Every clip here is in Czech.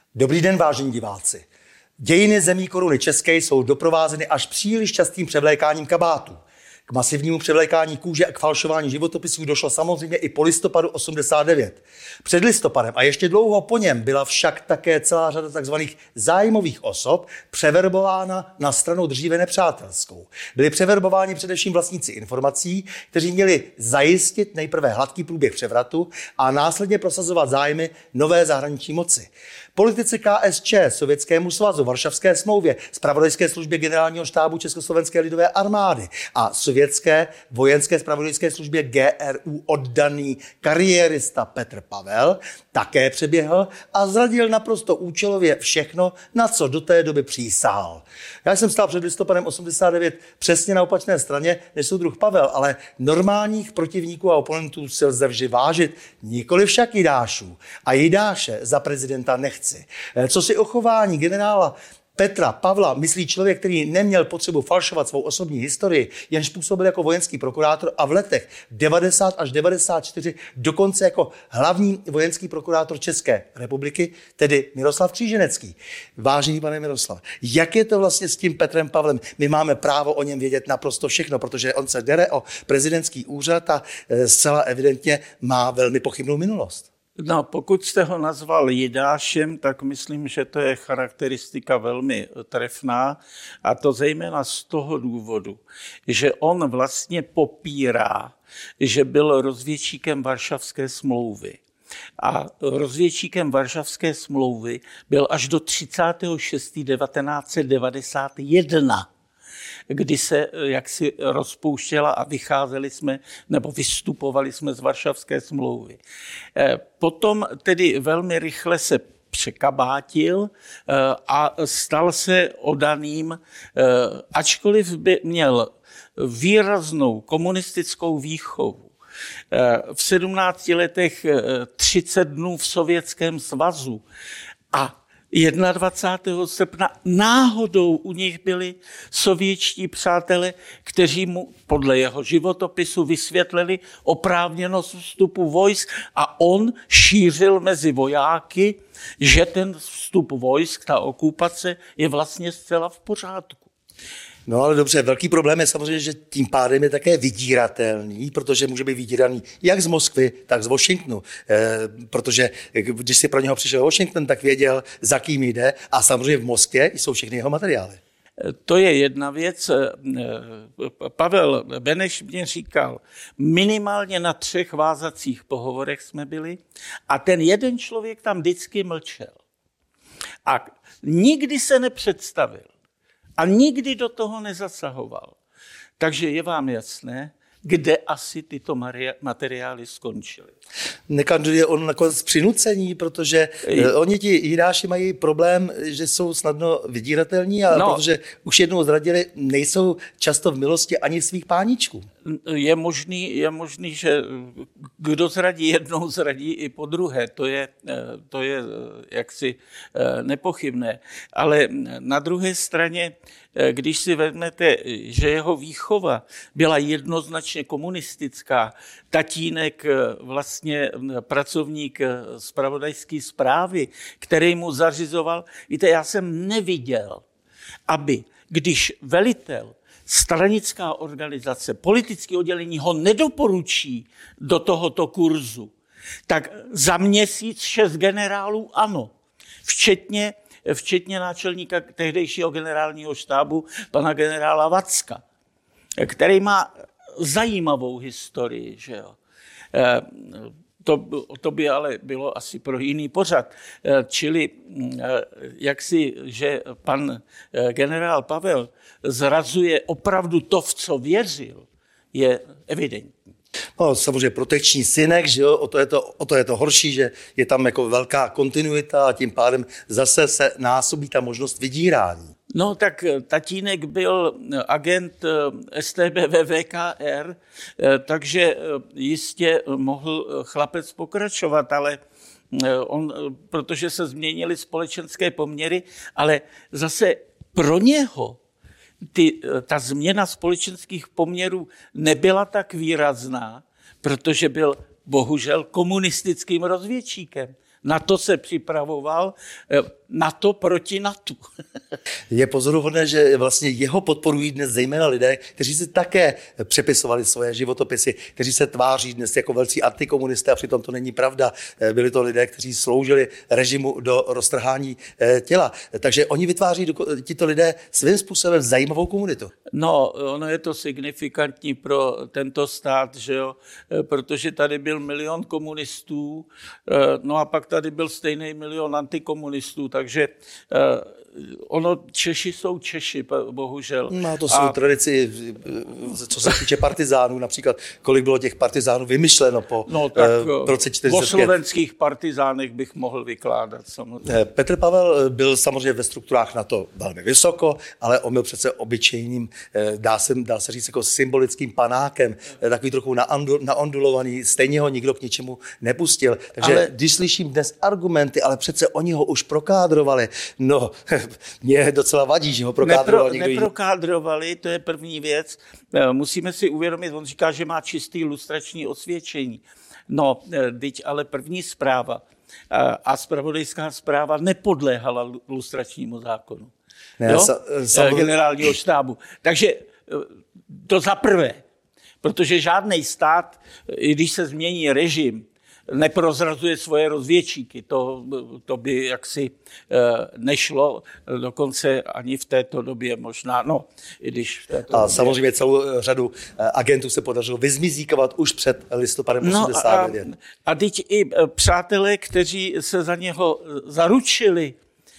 Dobrý den, vážení diváci. Dějiny zemí koruny české jsou doprovázeny až příliš častým převlékáním kabátů. K masivnímu převlékání kůže a k falšování životopisů došlo samozřejmě i po listopadu 89. Před listopadem a ještě dlouho po něm byla však také celá řada takzvaných zájmových osob převerbována na stranu dříve nepřátelskou. Byli převerbováni především vlastníci informací, kteří měli zajistit nejprve hladký průběh převratu a následně prosazovat zájmy nové zahraniční moci. Politici KSČ, Sovětskému svazu, Varšavské smlouvě, zpravodajské službě Generálního štábu Československé lidové armády a sovětské vojenské zpravodajské službě GRU oddaný kariérista Petr Pavel také přeběhl a zradil naprosto účelově všechno, na co do té doby přísahal. Já jsem stál před listopadem 89 přesně na opačné straně než soudruh Pavel, ale normálních protivníků a oponentů si lze vždy vážit, nikoli však Jidášů. A Jidáše za prezidenta nechci. Co si o chování generála Petra Pavla myslí člověk, který neměl potřebu falšovat svou osobní historii, jenž působil jako vojenský prokurátor a v letech 90 až 94 dokonce jako hlavní vojenský prokurátor České republiky, tedy Miroslav Kříženecký. Vážený pane Miroslav, jak je to vlastně s tím Petrem Pavlem? My máme právo o něm vědět naprosto všechno, protože on se dere o prezidentský úřad a zcela evidentně má velmi pochybnou minulost. No, pokud jste ho nazval Jidášem, tak myslím, že to je charakteristika velmi trefná, a to zejména z toho důvodu, že on vlastně popírá, že byl rozvědčíkem Varšavské smlouvy. A rozvědčíkem Varšavské smlouvy byl až do 30.6.1991, kdy se jaksi rozpouštěla a vycházeli jsme, nebo vystupovali jsme z Varšavské smlouvy. Potom tedy velmi rychle se překabátil a stal se oddaným, ačkoliv by měl výraznou komunistickou výchovu. V 17 letech 30 dnů v Sovětském svazu a 21. srpna náhodou u nich byli sovětští přátelé, kteří mu podle jeho životopisu vysvětlili oprávněnost vstupu vojsk a on šířil mezi vojáky, že ten vstup vojsk, ta okupace je vlastně zcela v pořádku. No ale dobře, velký problém je samozřejmě, že tím pádem je také vydíratelný, protože může být vydíraný jak z Moskvy, tak z Washingtonu. Protože když si pro něho přišel Washington, tak věděl, za kým jde, a samozřejmě v Moskvě jsou všechny jeho materiály. To je jedna věc. Pavel Beneš mě říkal, minimálně na 3 vázacích pohovorech jsme byli a ten jeden člověk tam vždycky mlčel. A nikdy se nepředstavil. A nikdy do toho nezasahoval. Takže je vám jasné, kde asi tyto materiály skončily. Nekandiduje on nakonec přinucení, protože oni ti Jidáši mají problém, že jsou snadno vydíratelní, a protože už jednou zradili, nejsou často v milosti ani svých páníčků. Je možný, že kdo zradí jednou, zradí i po druhé. To je jaksi nepochybné. Ale na druhé straně, když si vezmete, že jeho výchova byla jednoznačně komunistická, tatínek vlastně pracovník zpravodajské zprávy, který mu zařizoval, víte, já jsem neviděl, aby když velitel, stranická organizace, politické oddělení ho nedoporučí do tohoto kurzu, tak za měsíc 6 generálů ano, včetně náčelníka tehdejšího generálního štábu, pana generála Vacka, který má zajímavou historii, že jo. To by ale bylo asi pro jiný pořad. Čili že pan generál Pavel zrazuje opravdu to, v co věřil, je evidentní. No, samozřejmě protekční synek, že jo, o to je to horší, že je tam jako velká kontinuita a tím pádem zase se násobí ta možnost vydírání. No tak tatínek byl agent StB VKR, takže jistě mohl chlapec pokračovat, ale protože se změnily společenské poměry, ale zase pro něho ta změna společenských poměrů nebyla tak výrazná, protože byl bohužel komunistickým rozvědčíkem. Na to se připravoval, na to proti NATO. Je pozoruhodné, že vlastně jeho podporují dnes zejména lidé, kteří si také přepisovali svoje životopisy, kteří se tváří dnes jako velcí antikomunisté a přitom to není pravda. Byli to lidé, kteří sloužili režimu do roztrhání těla. Takže oni vytváří tito lidé svým způsobem zajímavou komunitu. No, ono je to signifikantní pro tento stát, že jo? Protože tady byl milion komunistů, no a pak tady byl stejný milion antikomunistů, takže ono, Češi jsou Češi, bohužel. Má to svou tradici, co se týče partizánů, například kolik bylo těch partizánů vymyšleno po roce 45. O slovenských partizánech bych mohl vykládat samozřejmě. Petr Pavel byl samozřejmě ve strukturách NATO velmi vysoko, ale on byl přece obyčejným, dá se říct jako symbolickým panákem, takový trochu naondulovaný, stejně ho nikdo k ničemu nepustil. Takže když slyším dnes argumenty, ale přece oni ho už prokádrovali, no, mě docela vadí, že ho prokádroval někdo jiný. Neprokádrovali, to je první věc. Musíme si uvědomit, on říká, že má čistý lustrační osvědčení. No, teď ale první zpráva a zpravodajská zpráva nepodléhala lustračnímu zákonu. Generálního štábu. Takže to za prvé, protože žádný stát, i když se změní režim, neprozrazuje svoje rozvědčíky. To by jaksi nešlo, dokonce ani v této době možná. No, i když v této době. Samozřejmě celou řadu agentů se podařilo vyzmizíkovat už před listopadem 89. A teď i přátelé, kteří se za něho zaručili,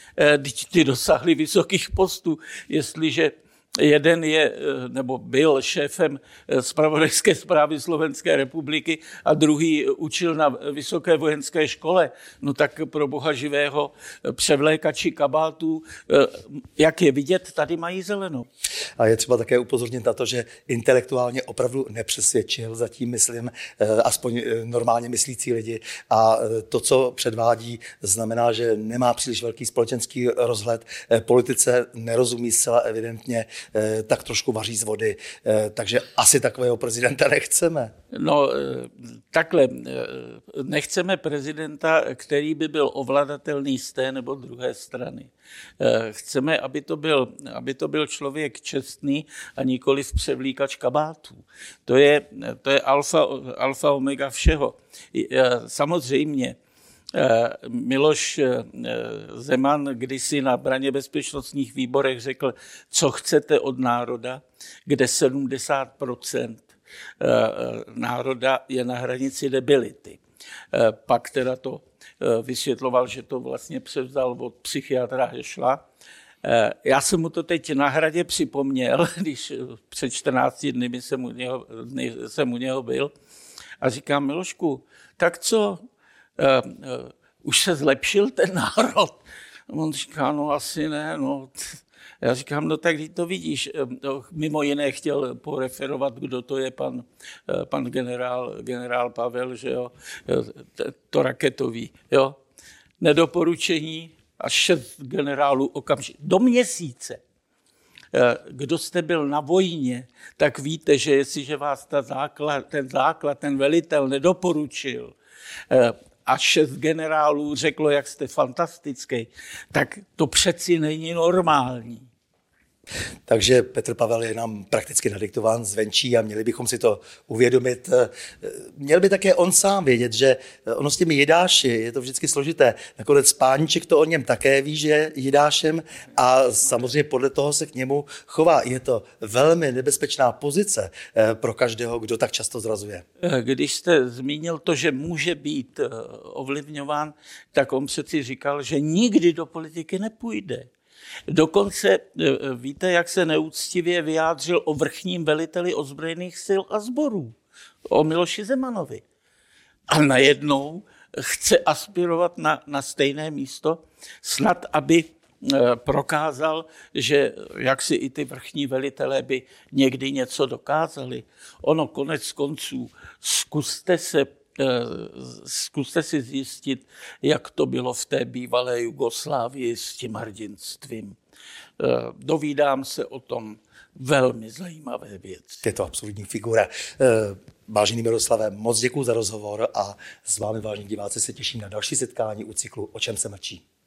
ty dosáhli vysokých postů, jestliže jeden je, nebo byl šéfem zpravodajské správy Slovenské republiky a druhý učil na vysoké vojenské škole. No tak pro boha živého převlékači kabátů, jak je vidět, tady mají zelenou. A je třeba také upozornit na to, že intelektuálně opravdu nepřesvědčil, zatím myslím, aspoň normálně myslící lidi. A to, co předvádí, znamená, že nemá příliš velký společenský rozhled, politice nerozumí zcela evidentně, tak trošku vaří z vody. Takže asi takového prezidenta nechceme. No takhle, nechceme prezidenta, který by byl ovladatelný z té nebo druhé strany. Chceme, aby to byl člověk čestný a nikoliv převlíkač kabátů. To je alfa omega všeho. Samozřejmě Miloš Zeman kdysi na braně bezpečnostních výborech řekl, co chcete od národa, kde 70% národa je na hranici debility. Pak teda to vysvětloval, že to vlastně převzal od psychiatra Hešla. Já jsem mu to teď na Hradě připomněl, když před 14 dny jsem u něho byl a říkám, Milošku, tak co, už se zlepšil ten národ? A on říká, no asi ne, no. Já říkám, no tak to vidíš, mimo jiné chtěl poreferovat, kdo to je pan generál Pavel, že jo, to raketový, jo. Nedoporučení a 6 generálů okamžitě. Do měsíce. Kdo jste byl na vojně, tak víte, že jestliže vás ten velitel nedoporučil a 6 generálů řeklo, jak jste fantastický, tak to přeci není normální. Takže Petr Pavel je nám prakticky nadiktován zvenčí a měli bychom si to uvědomit. Měl by také on sám vědět, že ono s těmi jidáši je to vždycky složité. Nakonec Páníček to o něm také ví, že je jidášem a samozřejmě podle toho se k němu chová. Je to velmi nebezpečná pozice pro každého, kdo tak často zrazuje. Když jste zmínil to, že může být ovlivňován, tak on přeci říkal, že nikdy do politiky nepůjde. Dokonce víte, jak se neúctivě vyjádřil o vrchním veliteli ozbrojených sil a sborů, o Miloši Zemanovi. A najednou chce aspirovat na stejné místo, snad aby prokázal, že jaksi i ty vrchní velitelé by někdy něco dokázali. Ono konec konců, zkuste si zjistit, jak to bylo v té bývalé Jugoslávii s tím hrdinstvím. Dovídám se o tom velmi zajímavé věci. Je to absolutní figura. Vážený Miroslave, moc děkuji za rozhovor a s vámi, vážení diváci, se těším na další setkání u cyklu O čem se mlčí.